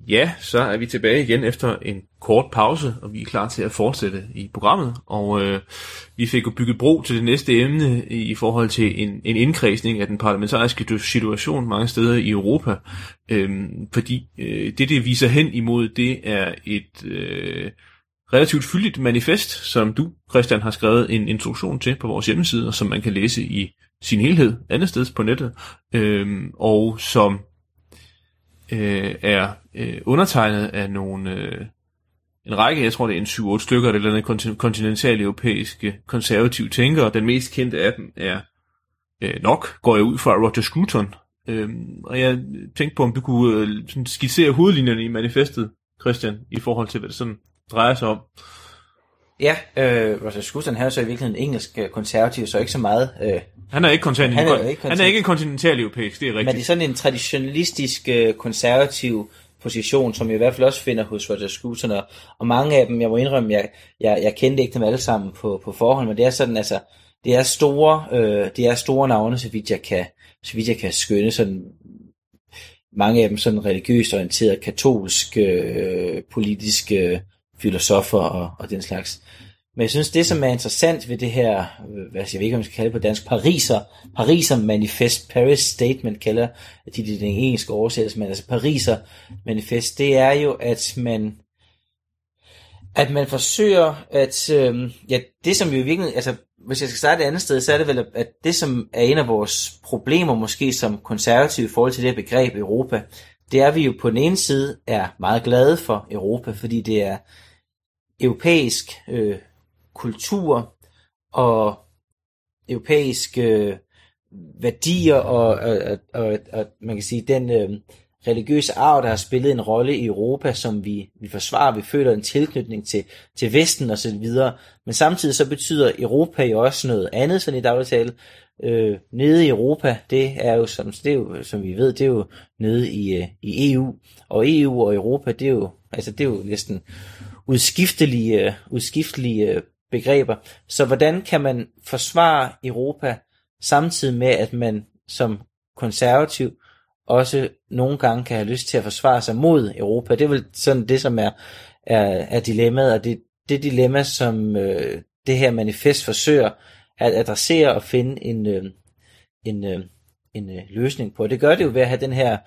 Ja, så er vi tilbage igen efter en kort pause, og vi er klar til at fortsætte i programmet. Og vi fik jo bygget bro til det næste emne i forhold til en indkredsning af den parlamentariske situation mange steder i Europa. Fordi det viser hen imod, det er et relativt fyldigt manifest, som du, Christian, har skrevet en introduktion til på vores hjemmeside, og som man kan læse i sin helhed andet sted på nettet, og som er undertegnet af en række, jeg tror det er en 7-8 stykker, eller andet kontinentale europæiske konservative tænkere. Den mest kendte af dem er nok, går jeg ud fra, Roger Scruton. Og jeg tænkte på, om du kunne skitsere hovedlinjerne i manifestet, Christian, i forhold til, hvad det sådan drejer sig om. Ja, Roger Scruton, han er så i virkeligheden engelsk konservativ, så ikke så meget. Han er ikke en kontinental europæisk, det er rigtigt. Men det er sådan en traditionalistisk konservativ position, som jeg i hvert fald også finder hos Roger Scruton, og mange af dem, jeg må indrømme, jeg kendte ikke dem alle sammen på forhånd, men det er sådan, altså, det er store navne, så vidt jeg kan skønne, sådan mange af dem sådan religiøst orienteret, katolsk, politiske filosofer og den slags. Men jeg synes, det som er interessant ved det her, jeg ved ikke, om man skal kalde det på dansk, Pariser Manifest, Paris Statement kalder de den engelske oversættelse, men altså Pariser Manifest, det er jo, at man forsøger at, det som jo virkelig, altså hvis jeg skal starte et andet sted, så er det vel, at det som er en af vores problemer, måske som konservative i forhold til det begreb Europa, det er, at vi jo på den ene side er meget glade for Europa, fordi det er europæisk kultur og europæiske værdier og man kan sige den religiøse arv, der har spillet en rolle i Europa, som vi forsvarer, vi føler en tilknytning til Vesten og så videre. Men samtidig så betyder Europa jo også noget andet, sådan i dagligtale. Nede i Europa, det er jo som vi ved, det er jo nede i EU, og EU og Europa, det er jo næsten udskiftelige begreber. Så hvordan kan man forsvare Europa samtidig med, at man som konservativ også nogle gange kan have lyst til at forsvare sig mod Europa? Det er vel sådan det, som er dilemmaet, og det dilemma, som det her manifest forsøger at adressere og finde en løsning på. Det gør det jo ved at have den her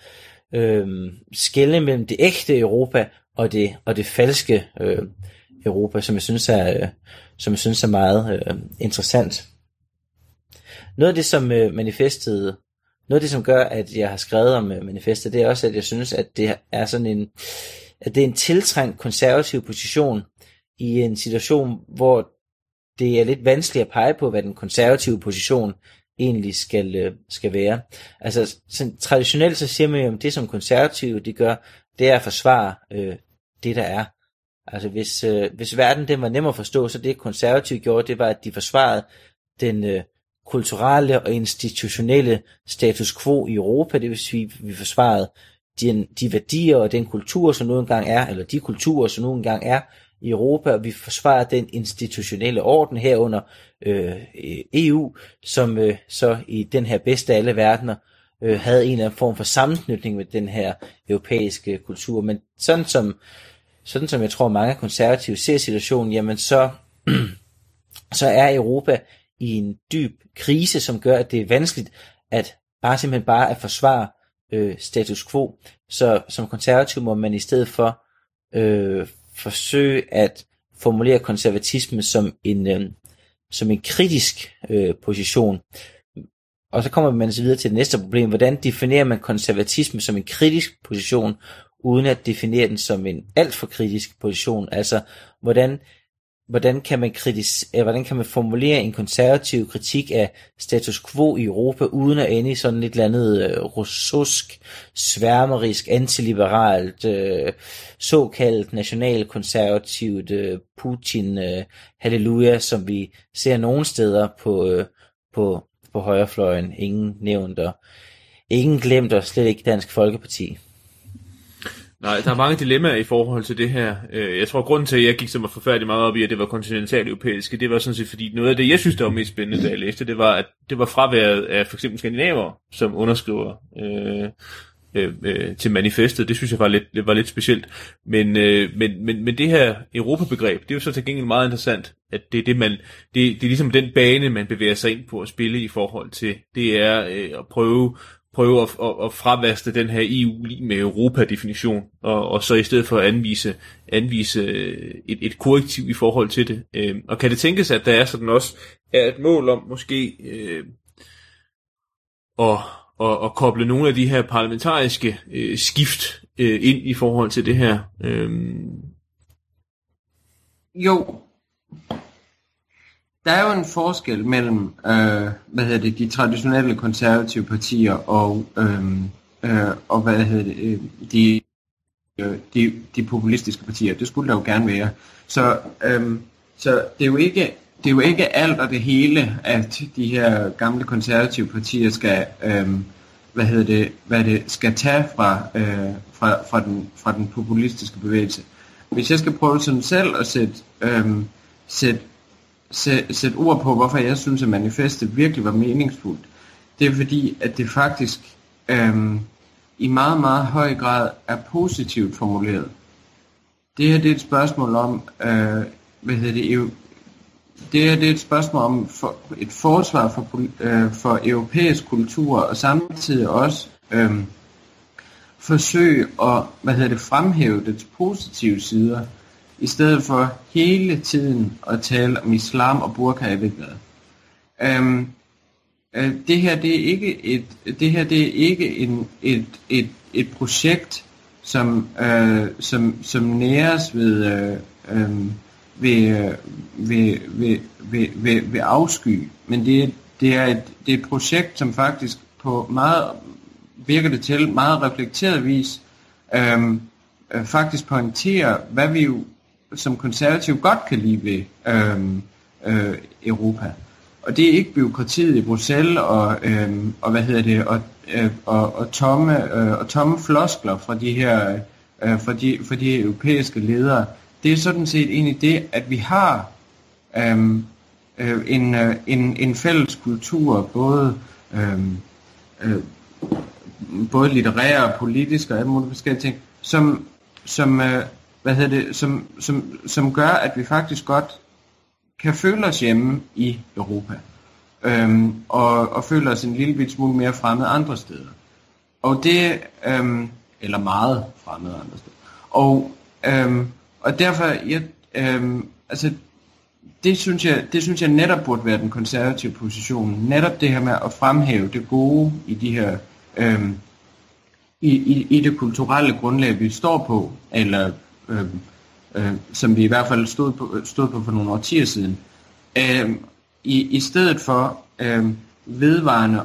skelne mellem det ægte Europa og det falske Europa, som jeg synes er meget interessant. Noget af det, som manifestet, noget af det, som gør, at jeg har skrevet om manifestet, det er også, at jeg synes, at det er sådan at det er en tiltrængt konservativ position i en situation, hvor det er lidt vanskeligt at pege på, hvad den konservative position egentlig skal være. Altså sådan, traditionelt så siger man jo, at det som konservative de gør, det er at forsvare det der er. Altså hvis verden den var nem at forstå, så det konservative gjorde, det var at de forsvarede den kulturelle og institutionelle status quo i Europa. Det vil sige, vi forsvarede de værdier og den kultur, som nu engang er, eller de kulturer, som nu engang er i Europa, og vi forsvarer den institutionelle orden herunder EU, som så i den her bedste af alle verdener havde en eller anden form for sammenknytning med den her europæiske kultur. Men sådan som jeg tror mange konservative ser situationen, jamen så er Europa i en dyb krise, som gør, at det er vanskeligt at simpelthen bare at forsvare status quo. Så som konservativ må man i stedet for forsøge at formulere konservatisme som en kritisk position. Og så kommer man så videre til det næste problem. Hvordan definerer man konservatisme som en kritisk position, uden at definere den som en alt for kritisk position? Altså, hvordan kan man formulere en konservativ kritik af status quo i Europa, uden at ende i sådan et eller andet russusk, sværmerisk, antiliberalt, såkaldt nationalkonservativt Putin halleluja, som vi ser nogle steder på højrefløjen. Ingen nævnt og ingen glemt, og slet ikke Dansk Folkeparti. Nej, der er mange dilemmaer i forhold til det her. Jeg tror, grunden til, at jeg gik så forfærdeligt meget op i, at det var kontinentalt europæiske, det var sådan set, fordi noget af det, jeg synes, der var mest spændende, da jeg læste, det var, at det var fraværet af for eksempel skandinaver, som underskriver til manifestet. Det synes jeg var lidt specielt. Men det her Europabegreb, det er jo så til gengæld meget interessant, at det er ligesom den bane, man bevæger sig ind på at spille i forhold til. Det er at prøve at fravaske den her EU lige med Europa-definition, og så i stedet for at anvise et korrektiv i forhold til det. Og kan det tænkes, at der er sådan også er et mål om måske at koble nogle af de her parlamentariske skift ind i forhold til det her? Jo. Der er jo en forskel mellem de traditionelle konservative partier og de populistiske partier. Det skulle der jo gerne være. Så det er jo ikke alt og det hele, at de her gamle konservative partier skal skal tage fra den populistiske bevægelse. Hvis jeg skal prøve sådan selv at sætte ord på, hvorfor jeg synes, at manifestet virkelig var meningsfuldt, det er fordi, at det faktisk i meget, meget høj grad er positivt formuleret. Det her det er et spørgsmål om, det er et spørgsmål om et forsvar for europæisk kultur, og samtidig også forsøge at fremhæve dets positive sider, i stedet for hele tiden at tale om islam og burka i virkeligheden. Det her det er ikke et projekt, som næres ved afsky, men det er et projekt, som faktisk på meget, virker det til, meget reflekteret vis faktisk pointerer, hvad vi jo som konservative godt kan lide ved Europa. Og det er ikke bureaukratiet i Bruxelles og tomme floskler fra de her fra de europæiske ledere. Det er sådan set egentlig det, at vi har en fælles kultur, både litterær og politisk og alle mulige forskellige ting, som gør, at vi faktisk godt kan føle os hjemme i Europa, og føle os en lille smule mere fremmede andre steder. Og det, eller meget fremmede andre steder. Og derfor, det synes jeg netop burde være den konservative position. Netop det her med at fremhæve det gode i de her, i det kulturelle grundlag, vi står på, eller som vi i hvert fald stod på for nogle årtier siden, i stedet for vedvarende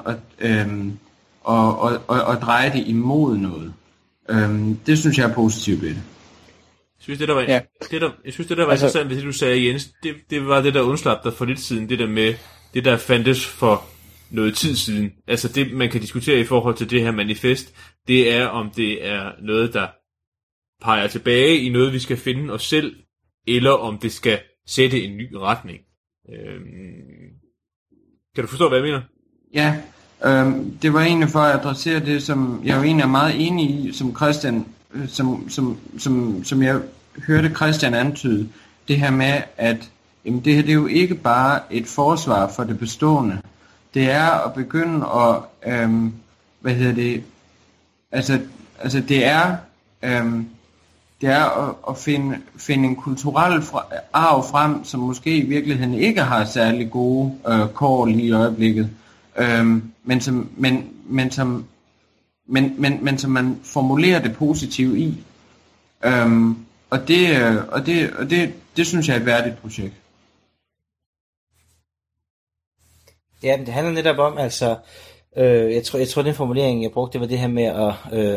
og dreje det imod noget. Det synes jeg er positivt ved det. Jeg synes, det der var interessant ved det, du sagde, Jens, det var det, der undslap dig for lidt siden, det der med, det der fandtes for noget tid siden. Altså det, man kan diskutere i forhold til det her manifest, det er, om det er noget, der peger tilbage i noget, vi skal finde os selv, eller om det skal sætte en ny retning. Kan du forstå, hvad jeg mener? Ja, det var egentlig for at adressere det, som jeg jo egentlig er meget enig i, som Christian, som jeg hørte Christian antyde, det her med, at det her det er jo ikke bare et forsvar for det bestående. Det er at begynde at, det er at finde en kulturel arv frem, som måske i virkeligheden ikke har særlig gode kår lige i øjeblikket, men som man formulerer det positive i. Og det synes jeg er et værdigt projekt. Ja, men det handler netop om, altså, jeg tror den formulering, jeg brugte, det var det her med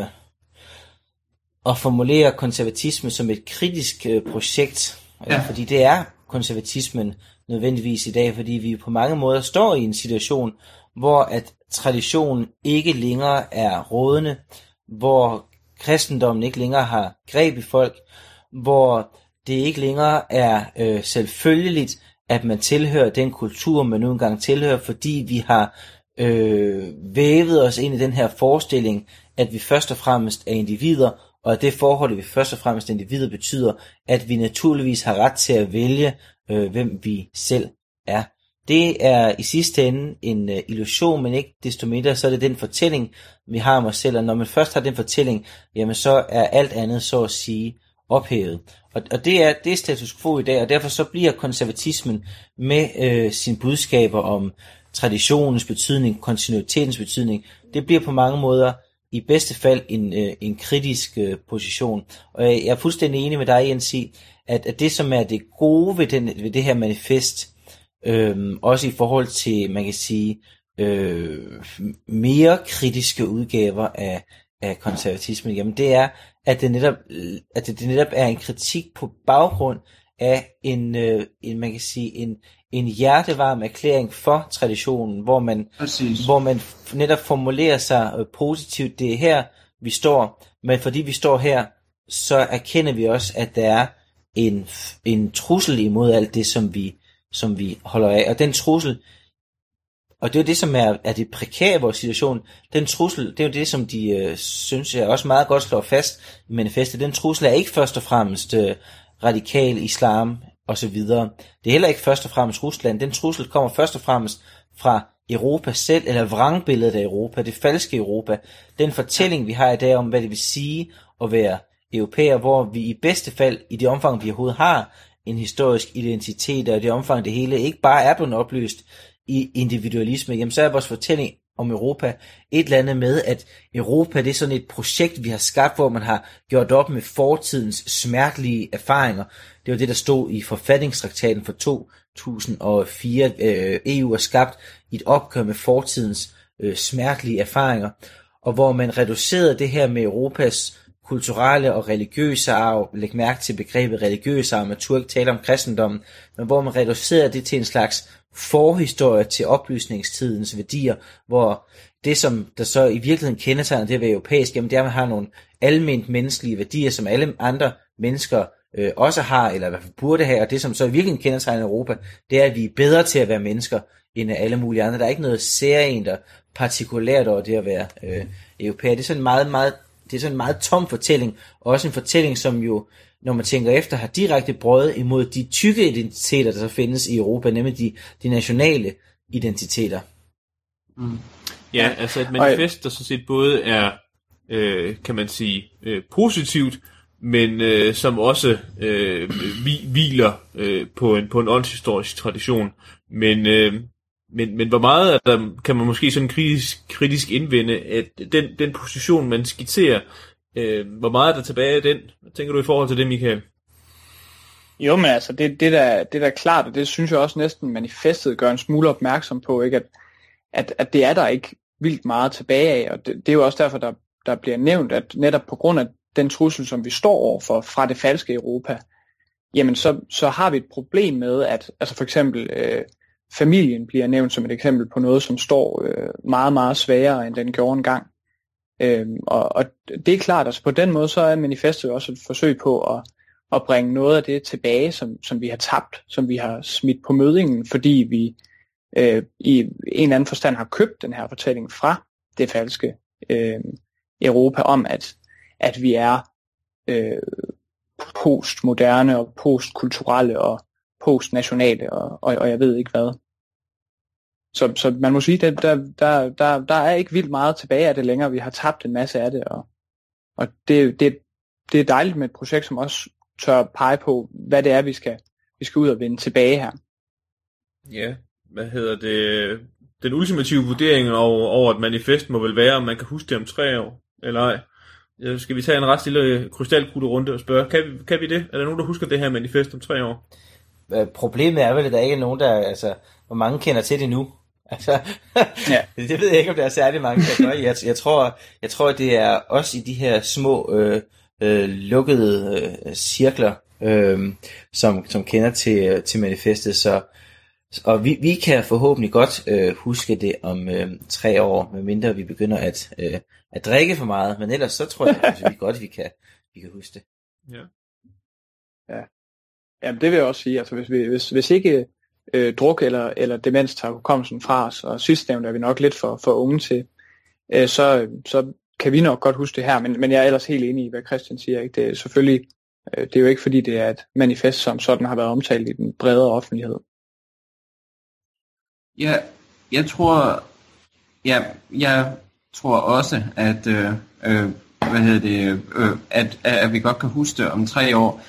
at formulere konservatisme som et kritisk projekt. Ja. Fordi det er konservatismen nødvendigvis i dag, fordi vi på mange måder står i en situation, hvor at traditionen ikke længere er rådende, hvor kristendommen ikke længere har greb i folk, hvor det ikke længere er selvfølgeligt, at man tilhører den kultur, man nu engang tilhører, fordi vi har vævet os ind i den her forestilling, at vi først og fremmest er individer, og at det forhold, at vi først og fremmest er individer, betyder, at vi naturligvis har ret til at vælge, hvem vi selv er. Det er i sidste ende en illusion, men ikke desto mindre, så er det den fortælling, vi har om os selv, og når man først har den fortælling, jamen så er alt andet, så at sige, ophævet. Og det er status quo i dag, og derfor så bliver konservatismen med sine budskaber om traditionens betydning, kontinuitetens betydning, det bliver på mange måder i bedste fald en kritisk position. Og jeg er fuldstændig enig med dig, Jens, at det som er det gode ved det her manifest, også i forhold til, man kan sige, mere kritiske udgaver af konservatismen, jamen det er, at det netop er en kritik på baggrund af en man kan sige, en hjertevarm erklæring for traditionen, hvor man netop formulerer sig positivt. Det er her, vi står, men fordi vi står her, så erkender vi også, at der er en trussel imod alt det, som vi holder af. Og den trussel, og det er jo det, som er det prekære i vores situation, den trussel, det er jo det, som de synes jeg også meget godt slår fast i manifestet. Den trussel er ikke først og fremmest radikal islam og så videre. Det er heller ikke først og fremmest Rusland. Den trussel kommer først og fremmest fra Europa selv, eller vrangbilledet af Europa, det falske Europa. Den fortælling, vi har i dag om, hvad det vil sige at være europæer, hvor vi i bedste fald, i det omfang, vi overhovedet har en historisk identitet, og i det omfang, det hele ikke bare er blevet opløst i individualisme, jamen så er vores fortælling om Europa et eller andet med, at Europa, det er sådan et projekt, vi har skabt, hvor man har gjort op med fortidens smertelige erfaringer. Det var det, der stod i forfatningstraktaten for 2004. EU er skabt i et opgør med fortidens smertelige erfaringer, og hvor man reducerede det her med Europas kulturelle og religiøse arv, læg mærke til begrebet religiøse arv, man turde ikke tale om kristendommen, men hvor man reducerede det til en slags forhistorie til oplysningstidens værdier, hvor det, som der så i virkeligheden kendetegner det at være europæisk, jamen det er, at man har nogle alment menneskelige værdier, som alle andre mennesker også har, eller i hvert fald burde have, og det, som så i virkeligheden kendetegner Europa, det er, at vi er bedre til at være mennesker, end alle mulige andre. Der er ikke noget særligt og partikulært over det at være europæer. Det er sådan en meget tom fortælling, og også en fortælling, som jo, når man tænker efter, har direkte brød imod de tykke identiteter, der så findes i Europa, nemlig de nationale identiteter. Mm. Ja, altså et manifest, der så set både er, kan man sige, positivt, men som også hviler på en åndshistorisk tradition. Men hvor meget af der kan man måske sådan kritisk indvende, at den position, man skitserer, hvor meget er der tilbage af den? Hvad tænker du i forhold til det, Michael? Jo, men altså, det der er klart, og det synes jeg også næsten manifestet gør en smule opmærksom på, ikke? At det er der ikke vildt meget tilbage af, og det er jo også derfor, der bliver nævnt, at netop på grund af den trussel, som vi står overfor fra det falske Europa, jamen så har vi et problem med, at altså for eksempel familien bliver nævnt som et eksempel på noget, som står meget, meget sværere, end den gjorde engang. Og det er klart, altså på den måde, så er manifestet også et forsøg på at bringe noget af det tilbage, som vi har tabt, som vi har smidt på mødingen, fordi vi i en eller anden forstand har købt den her fortælling fra det falske Europa om, at vi er postmoderne og postkulturelle og postnationale og jeg ved ikke hvad. Så man må sige, at der er ikke vildt meget tilbage af det længere. Vi har tabt en masse af det, og det er dejligt med et projekt, som også tør pege på, hvad det er, vi skal ud og vende tilbage her. Ja, hvad hedder det? Den ultimative vurdering over et manifest må vel være, om man kan huske det om 3 år, eller ej. Skal vi tage en ret stille krystalkuglerunde og spørge, kan vi det? Er der nogen, der husker det her manifest om 3 år? Problemet er vel, at der ikke er nogen, der, altså, hvor mange kender til det nu? Altså, ja. Det ved jeg ikke, om der er særlig mange, der gør. Jeg tror, det er også i de her små lukkede cirkler, som kender til manifestet, så og vi kan forhåbentlig godt huske det om 3 år, medmindre vi begynder at drikke for meget, men ellers så tror jeg, at vi godt vi kan huske det. Ja. Ja. Jamen det vil jeg også sige, altså hvis ikke druk eller demens tager hukommelsen fra os, og sidstnævnt er vi nok lidt for unge til, så kan vi nok godt huske det her, men jeg er ellers helt enig i, hvad Christian siger. Ikke? Det er selvfølgelig, det er jo ikke fordi, det er et manifest, som sådan har været omtalt i den bredere offentlighed. Ja, jeg tror også, at at vi godt kan huske det om 3 år,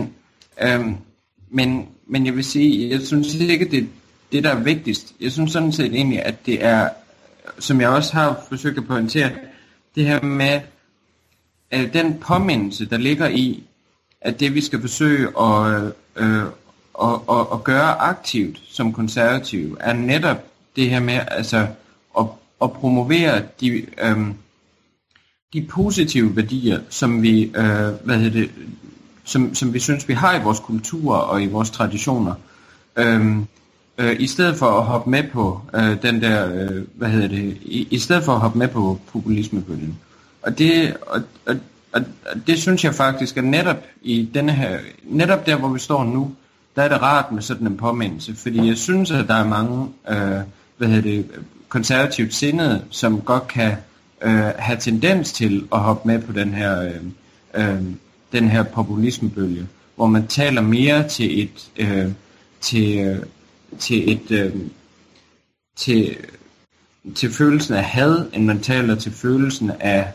men jeg vil sige, jeg synes ikke det der er vigtigst. Jeg synes sådan set egentlig, at det er, som jeg også har forsøgt at pointere, det her med den påmindelse, der ligger i, at det vi skal forsøge at gøre aktivt som konservative, er netop det her med altså at promovere de positive værdier, som vi som vi synes vi har i vores kultur og i vores traditioner, i stedet for at hoppe med på den der i stedet for at hoppe med på populismebølgen. Og det synes jeg faktisk er netop i denne her, netop der hvor vi står nu, der er det rart med sådan en påmindelse, fordi jeg synes at der er mange konservativt sindede, som godt kan have tendens til at hoppe med på den her populismebølge, hvor man taler mere til følelsen af had, end man taler til følelsen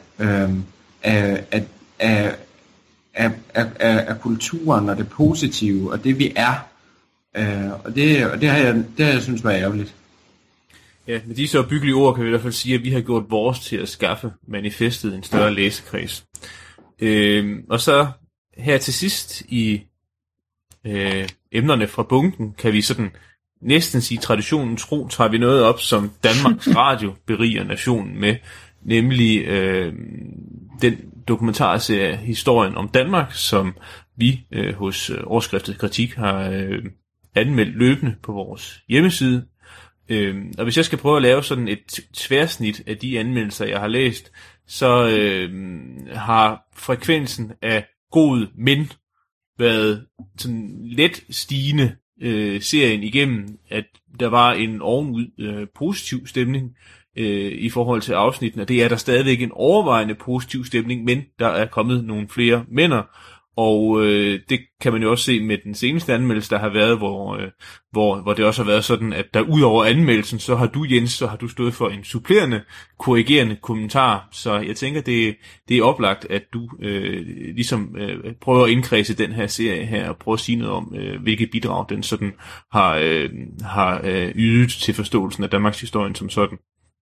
af kulturen og det positive og det vi er, og det har jeg synes var ærgerligt. Ja, med disse opbyggelige ord kan vi i hvert fald sige, at vi har gjort vores til at skaffe manifestet en større læsekreds. Og så her til sidst i emnerne fra bunken, kan vi sådan næsten sige traditionen tro, tager vi noget op, som Danmarks Radio beriger nationen med, nemlig den dokumentarserie Historien om Danmark, som vi hos Overskriftet Kritik har anmeldt løbende på vores hjemmeside. Og hvis jeg skal prøve at lave sådan et tværsnit af de anmeldelser, jeg har læst, så har frekvensen af gode mænd været sådan let stigende serien igennem, at der var en ovenud positiv stemning i forhold til afsnitten, og det er der stadigvæk en overvejende positiv stemning, men der er kommet nogle flere mænd, og det kan man jo også se med den seneste anmeldelse, der har været, hvor det også har været sådan, at der ud over anmeldelsen, så har du, Jens, så har du stået for en supplerende, korrigerende kommentar, så jeg tænker, det er oplagt, at du prøver at indkredse den her serie her, og prøver at sige noget om, hvilket bidrag den sådan har ydet til forståelsen af Danmarks historien som sådan.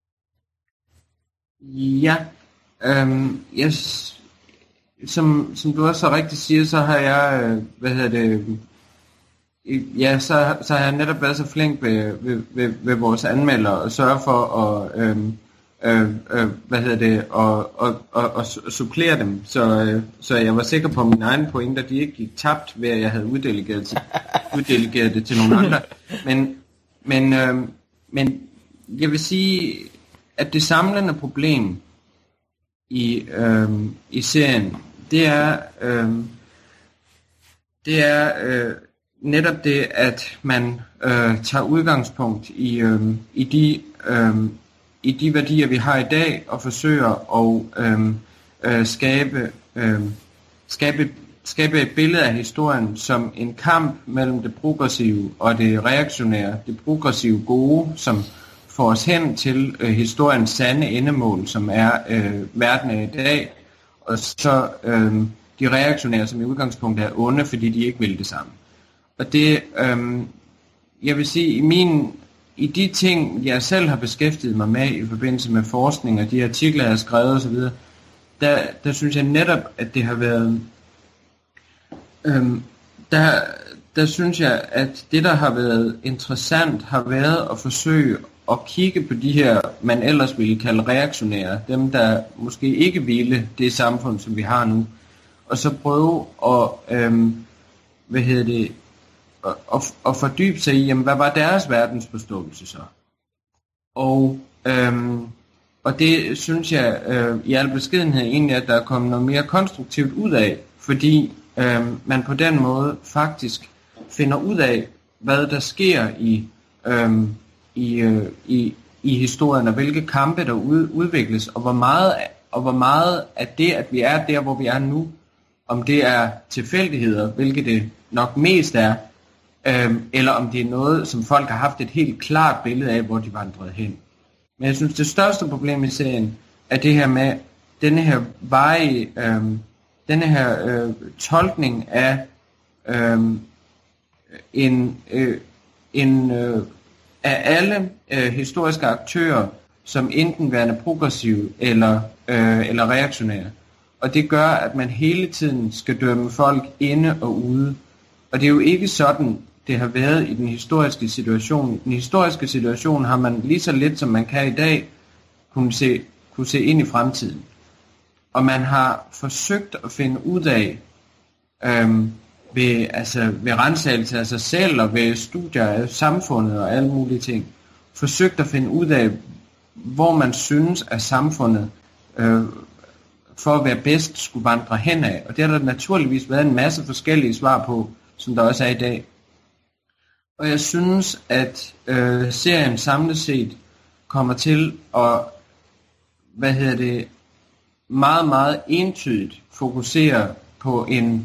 Ja, som du også så rigtigt siger, så har jeg, så har jeg netop været så flink ved vores anmelder og sørge for at supplere dem, så jeg var sikker på mine egne pointer, de ikke gik tabt ved at jeg havde uddelegeret det til nogle andre. Men jeg vil sige, at det samlende problem i serien, det er netop det, at man tager udgangspunkt i de værdier, vi har i dag, og forsøger at skabe et billede af historien som en kamp mellem det progressive og det reaktionære, det progressive gode, som får os hen til historiens sande endemål, som er verden af i dag, og så de reaktionære, som i udgangspunktet er onde, fordi de ikke vil det samme. Og det, jeg vil sige, i de ting, jeg selv har beskæftiget mig med i forbindelse med forskning, og de artikler, jeg har skrevet osv., der synes jeg netop, at det har været, der synes jeg, at det, der har været interessant, har været at forsøge at kigge på de her, man ellers ville kalde reaktionære, dem der måske ikke ville det samfund, som vi har nu, og så prøve at fordybe sig i, jamen, hvad var deres verdensforståelse så? Og det synes jeg i al beskedenhed egentlig, at der er kommet noget mere konstruktivt ud af, fordi man på den måde faktisk finder ud af, hvad der sker i historien, og hvilke kampe der udvikles, og hvor meget og hvor meget af det, at vi er der, hvor vi er nu, om det er tilfældigheder, hvilket det nok mest er, eller om det er noget, som folk har haft et helt klart billede af, hvor de vandrede hen. Men jeg synes, det største problem i serien er det her med denne her varige, denne her tolkning af af alle historiske aktører som enten værende progressive eller reaktionære. Og det gør, at man hele tiden skal dømme folk inde og ude. Og det er jo ikke sådan, det har været i den historiske situation. I den historiske situation har man lige så lidt, som man kan i dag, kunne se ind i fremtiden. Og man har forsøgt at finde ud af, ved ransagelse af sig selv og ved studier af samfundet og alle mulige ting, forsøgt at finde ud af, hvor man synes, at samfundet for at være bedst skulle vandre henad. Og det har der naturligvis været en masse forskellige svar på, som der også er i dag. Og jeg synes, at serien samlet set kommer til at, meget, meget entydigt fokusere på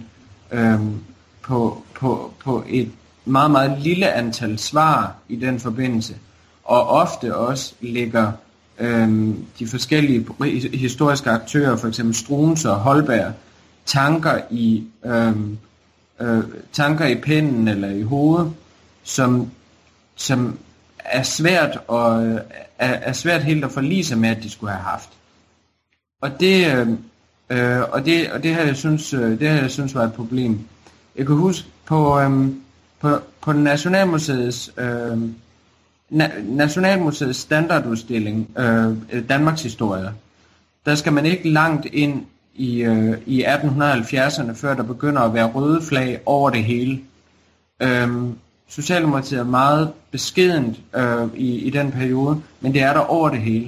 på et meget, meget lille antal svar i den forbindelse, og ofte også lægger de forskellige historiske aktører, for eksempel Struensee og Holberg, tanker i pennen eller i hovedet, som er svært helt at forlige sig med, at de skulle have haft. Og det har jeg synes var et problem. Jeg kan huske på Nationalmuseets standardudstilling Danmarks historie. Der skal man ikke langt ind i 1870'erne, før der begynder at være røde flag over det hele. Socialdemokratiet er meget beskedent i den periode, men det er der over det hele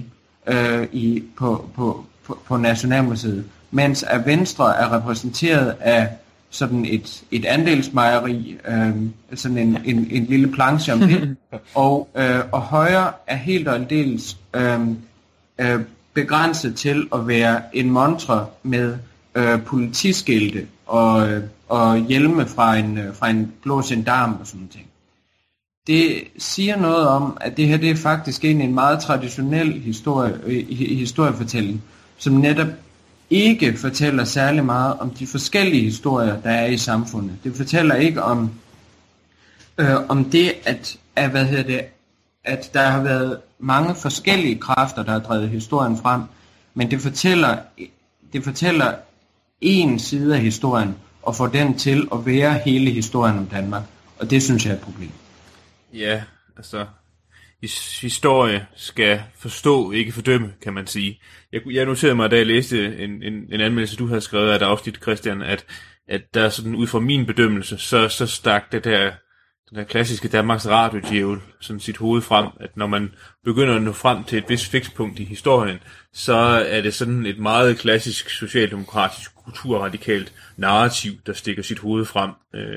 på Nationalmuseet. Mens at Venstre er repræsenteret af sådan et andelsmejeri, sådan en lille planche om det, og Højre er helt og aldeles begrænset til at være en montre med politiskilte og hjelme fra en blå gendarm og sådan noget. Det siger noget om, at det her det er faktisk en meget traditionel historiefortælling, som netop ikke fortæller særlig meget om de forskellige historier, der er i samfundet. Det fortæller ikke om det, at der har været mange forskellige kræfter, der har drevet historien frem, men det fortæller en side af historien, og får den til at være hele historien om Danmark. Og det synes jeg er et problem. Ja, altså historie skal forstå, ikke fordømme, kan man sige. Jeg noterede mig, da jeg læste en anmeldelse, du havde skrevet af et afsnit, Christian, at der sådan ud fra min bedømmelse, så stak den der klassiske Danmarks Radio-djævel sådan sit hoved frem, at når man begynder at nå frem til et vist fikspunkt i historien, så er det sådan et meget klassisk socialdemokratisk kulturradikalt narrativ, der stikker sit hoved frem.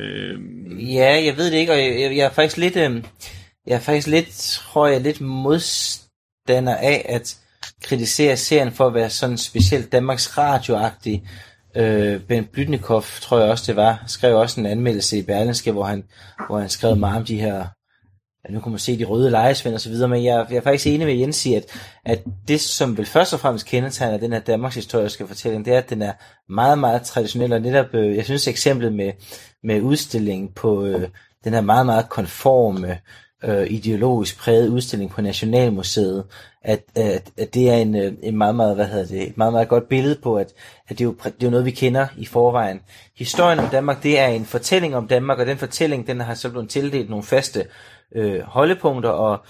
Ja, jeg ved det ikke, og jeg er faktisk lidt, tror jeg, lidt modstander af at kritisere serien for at være sådan specielt Danmarks Radio-agtig. Ben Blüdnikoff, tror jeg også det var, skrev også en anmeldelse i Berlingske, hvor han skrev meget om de her, nu kan man se de røde lejesvend og så videre, men jeg er faktisk enig med Jens i, at det som vel først og fremmest kendetegner den her Danmarks historiske fortælling, det er, at den er meget, meget traditionel, og netop, jeg synes eksemplet med udstillingen på den her meget, meget konforme, ideologisk præget udstilling på Nationalmuseet, at det er en meget, meget, et meget, meget godt billede på, at det er jo noget, vi kender i forvejen. Historien om Danmark, det er en fortælling om Danmark, og den fortælling, den har så blevet tildelt nogle faste holdepunkter, og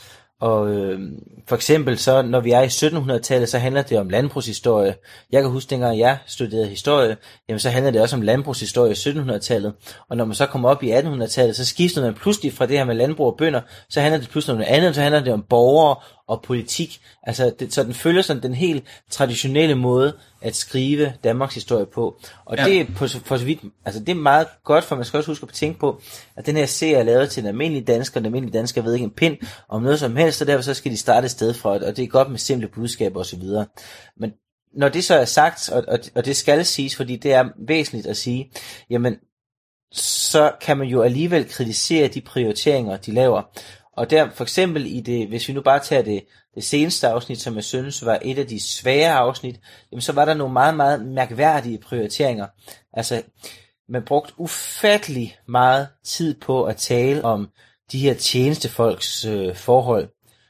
for eksempel så, når vi er i 1700-tallet, så handler det om landbrugshistorie. Jeg kan huske, dengang jeg studerede historie, jamen så handler det også om landbrugshistorie i 1700-tallet. Og når man så kommer op i 1800-tallet, så skifter man pludselig fra det her med landbrug og bønder, så handler det pludselig om noget andet, så handler det om borgere og politik. Altså, så den følger sådan den helt traditionelle måde at skrive Danmarks historie på. Og ja, det er for så vidt, altså det er meget godt, for man skal også huske at tænke på, at den her serie er lavet til en almindelig dansker, og den almindelige dansker ved ikke en pind om noget som helst, så derfor så skal de starte et sted fra, og det er godt med simple budskaber og så videre. Men når det så er sagt, og det skal siges, fordi det er væsentligt at sige, jamen, så kan man jo alligevel kritisere de prioriteringer, de laver. Og der for eksempel i det, hvis vi nu bare tager det seneste afsnit, som jeg synes var et af de svære afsnit, jamen så var der nogle meget, meget mærkværdige prioriteringer. Altså, man brugte ufattelig meget tid på at tale om de her tjenestefolks forhold.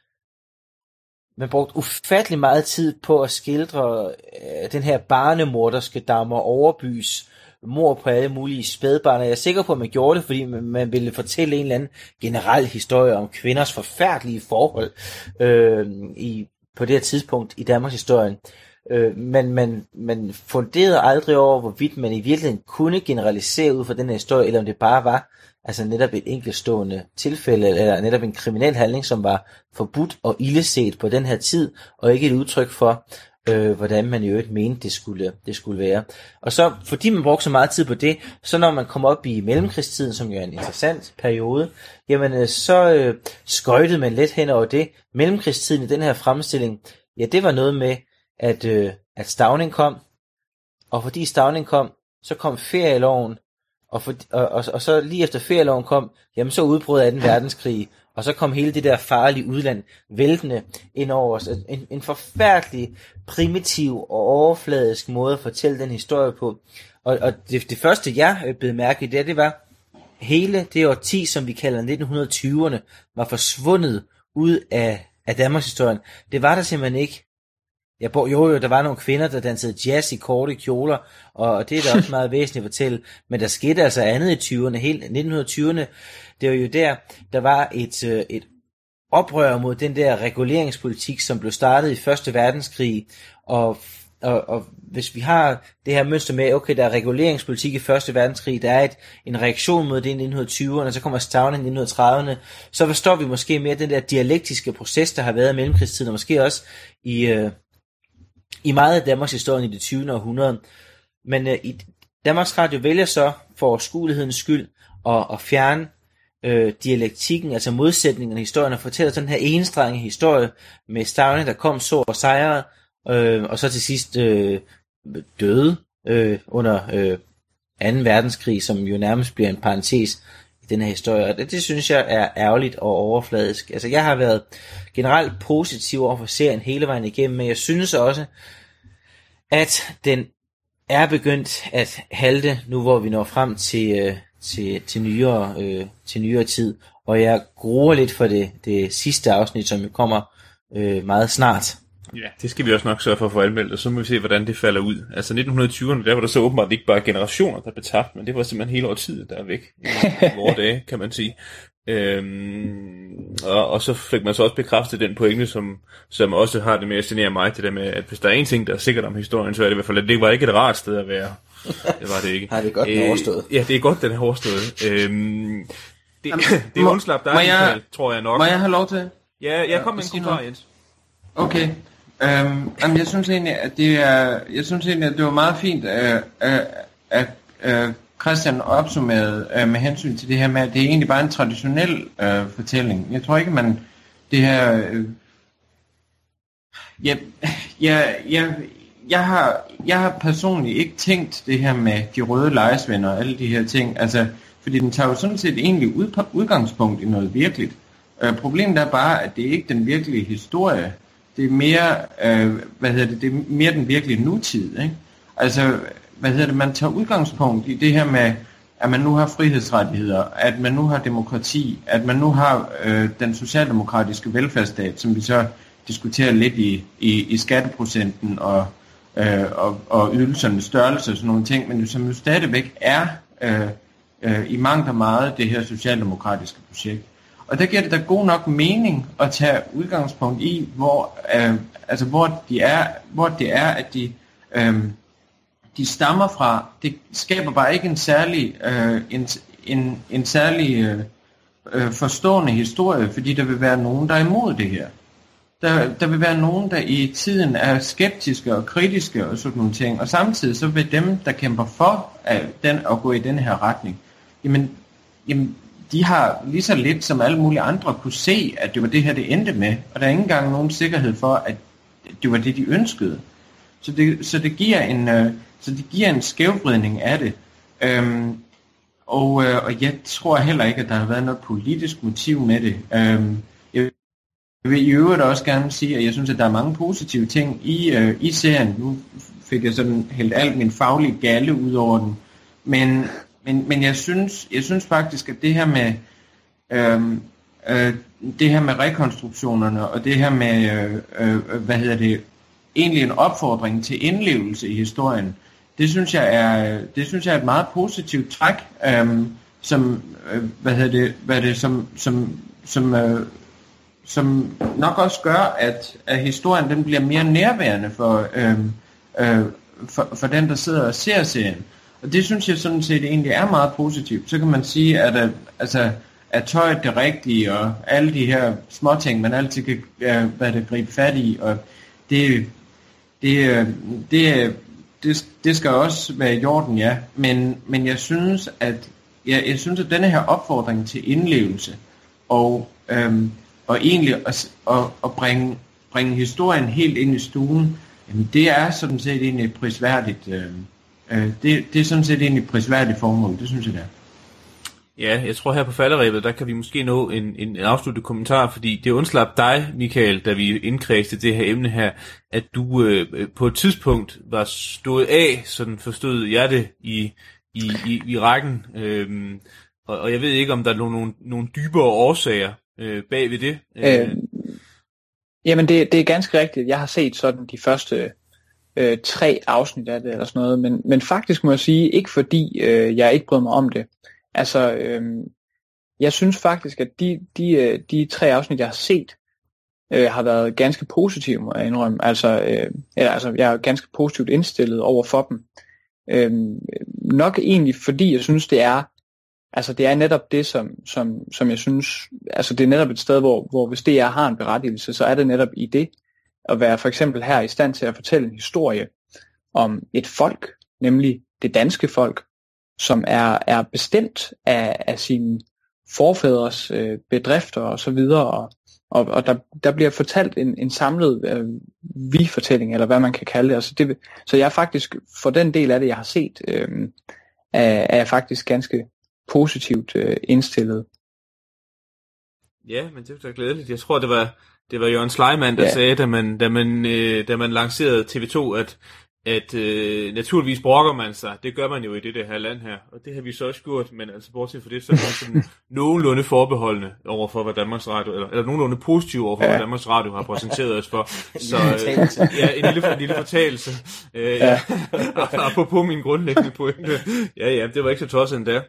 Man brugte ufattelig meget tid på at skildre den her barnemorderske Dagmar Overbys mord på alle mulige spædbarn. Jeg er sikker på, at man gjorde det, fordi man ville fortælle en eller anden generel historie om kvinders forfærdelige forhold på det her tidspunkt i Danmarks historien. Men man funderede aldrig over, hvorvidt man i virkeligheden kunne generalisere ud fra den her historie, eller om det bare var altså netop et enkeltstående tilfælde, eller netop en kriminel handling, som var forbudt og ildeset på den her tid, og ikke et udtryk for, hvordan man i øvrigt mente, det skulle være. Og så, fordi man brugte så meget tid på det, så når man kommer op i mellemkrigstiden, som jo er en interessant periode, jamen så skøjtede man let hen over det. Mellemkrigstiden i den her fremstilling, ja, det var noget med, at Stauning kom, og fordi Stauning kom, så kom ferieloven, og så lige efter ferieloven kom, jamen så udbrød 2. verdenskrig, og så kom hele det der farlige udland væltende ind over os. En forfærdelig primitiv og overfladisk måde at fortælle den historie på. Og det første, jeg blev mærke i det var, hele det årti, som vi kalder 1920'erne, var forsvundet ud af Danmarks historien. Det var der simpelthen ikke. Jo, der var nogle kvinder, der dansede jazz i korte kjoler, og det er da også meget væsentligt at fortælle. Men der skete altså andet i 20'erne, helt 1920'erne. Det var jo der var et oprør mod den der reguleringspolitik, som blev startet i 1. verdenskrig, og hvis vi har det her mønster med, okay, der er reguleringspolitik i 1. verdenskrig, der er en reaktion mod det i 1920'erne, så kommer Stauning i 1930'erne, så forstår vi måske mere den der dialektiske proces, der har været i mellemkrigstiden, og måske også i meget af Danmarks historie i det 20. århundrede. Men i Danmarks Radio vælger så for overskuelighedens skyld at fjerne dialektikken, altså modsætningerne i historien, og fortæller sådan her enstrengede historie med Stauning, der kom så og sejrede, og så til sidst døde under 2. verdenskrig, som jo nærmest bliver en parentes i den her historie. Og det synes jeg er ærgerligt og overfladisk. Altså jeg har været generelt positiv over for serien hele vejen igennem, men jeg synes også, at den er begyndt at halte nu, hvor vi når frem til nyere tid. Og jeg gruer lidt for det sidste afsnit, som jo kommer meget snart. Ja, det skal vi også nok sørge for at få anmeldt, og så må vi se, hvordan det falder ud. Altså 1920'erne, der var der så åbenbart ikke bare generationer, der blev tabt, men det var simpelthen hele årtiet, der er væk i vore dage, kan man sige. Og så fik man så også bekræftet den pointe, som også har det med at genere mig, det der med, at hvis der er en ting, der er sikkert om historien, så er det i hvert fald, at det var ikke et rart sted at være. Det var det ikke. Nej, det er godt, den er overstået. Ja, det er godt, den er overstået. Det er undslap dig, Michael, tror jeg nok. Må jeg have lov til? Ja, jeg kom med en kommentar, Jens. Okay. Jeg synes egentlig, at det var meget fint, at Christian opsummerede med hensyn til det her med, at det er egentlig bare en traditionel fortælling. Jeg tror ikke, man det her... Jeg har personligt ikke tænkt det her med de røde lejesvenner og alle de her ting, altså, fordi den tager jo sådan set egentlig udgangspunkt i noget virkeligt. Problemet er bare, at det ikke er den virkelige historie. Det er mere, det er mere den virkelige nutid, ikke? Altså, man tager udgangspunkt i det her med, at man nu har frihedsrettigheder, at man nu har demokrati, at man nu har den socialdemokratiske velfærdsstat, som vi så diskuterer lidt i skatteprocenten og ydelsernes størrelse og sådan nogle ting, men som jo stadigvæk er i mangt og meget det her socialdemokratiske projekt. Og der giver det da god nok mening at tage udgangspunkt i, hvor det er, at de stammer fra. Det skaber bare ikke en særlig forstående historie, fordi der vil være nogen, der er imod det her. Der vil være nogen, der i tiden er skeptiske og kritiske og sådan nogle ting, og samtidig så vil dem, der kæmper for at gå i den her retning, jamen de har lige så lidt som alle mulige andre kunne se, at det var det her, det endte med, og der er ikke engang nogen sikkerhed for, at det var det, de ønskede. Så det giver en skævvridning af det. Og jeg tror heller ikke, at der har været noget politisk motiv med det. Jeg vil i øvrigt også gerne sige, at jeg synes, at der er mange positive ting i serien. Nu fik jeg sådan helt alt min faglige galle ud over den. Men jeg synes faktisk, at det her med rekonstruktionerne og det her med egentlig en opfordring til indlevelse i historien, det synes jeg er et meget positivt træk, som nok også gør, at historien den bliver mere nærværende for den, der sidder og ser serien. Og det synes jeg sådan set egentlig er meget positivt. Så kan man sige, at tøjet det rigtige, og alle de her småting, man altid kan gribe fat i, og det skal også være i orden, ja. Men jeg synes, at denne her opfordring til indlevelse, og egentlig at bringe historien helt ind i stuen, jamen det er sådan set egentlig et prisværdigt, det er sådan set egentlig et prisværdigt formål, det synes jeg det er. Ja, jeg tror her på falderebet, der kan vi måske nå en afsluttet kommentar, fordi det undslap dig, Michael, da vi indkredste det her emne her, at du på et tidspunkt var stået af, sådan forstod jeg det, i rækken, og jeg ved ikke, om der er nogle dybere årsager bag ved det. Jamen, det er ganske rigtigt. Jeg har set sådan de første 3 afsnit af det, eller sådan noget, men faktisk må jeg sige, ikke fordi jeg ikke brød mig om det. Altså, jeg synes faktisk, at de 3 afsnit, jeg har set, har været ganske positive, må jeg indrømme. Altså, jeg er ganske positivt indstillet over for dem. Nok egentlig, fordi jeg synes, det er netop det, som jeg synes, altså det er netop et sted, hvor hvis DR har en berettigelse, så er det netop i det, at være for eksempel her i stand til at fortælle en historie om et folk, nemlig det danske folk, som er bestemt af sine forfædres bedrifter og så videre, og der bliver fortalt en samlet vi-fortælling, eller hvad man kan kalde det. Altså så jeg er faktisk, for den del af det, jeg har set, er jeg faktisk ganske positivt indstillet. Ja, men det var glædeligt. Jeg tror, det var Jørgen Sleiman, der sagde, da man lancerede TV2, at naturligvis brokker man sig. Det gør man jo i det her land her. Og det har vi så også gjort, men altså bortset fra det, så er man sådan nogenlunde forbeholdende overfor, hvad Danmarks Radio, eller nogenlunde positiv overfor, hvad Danmarks Radio har præsenteret os for. Så en lille fortalelse. Apropos min grundlæggende pointe. Ja, det var ikke så tosset endda.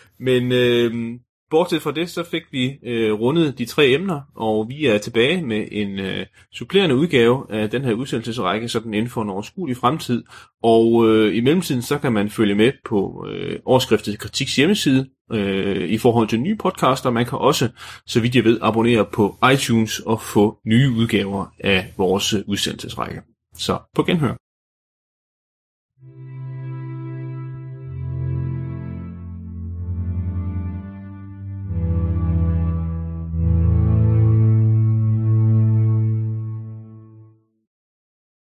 Men bortset fra det, så fik vi rundet de 3 emner, og vi er tilbage med en supplerende udgave af den her udsendelsesrække, sådan inden for en overskuelig fremtid. Og i mellemtiden, så kan man følge med på Overskriftet Kritiks hjemmeside i forhold til nye podcaster. Man kan også, så vidt jeg ved, abonnere på iTunes og få nye udgaver af vores udsendelsesrække. Så på genhør.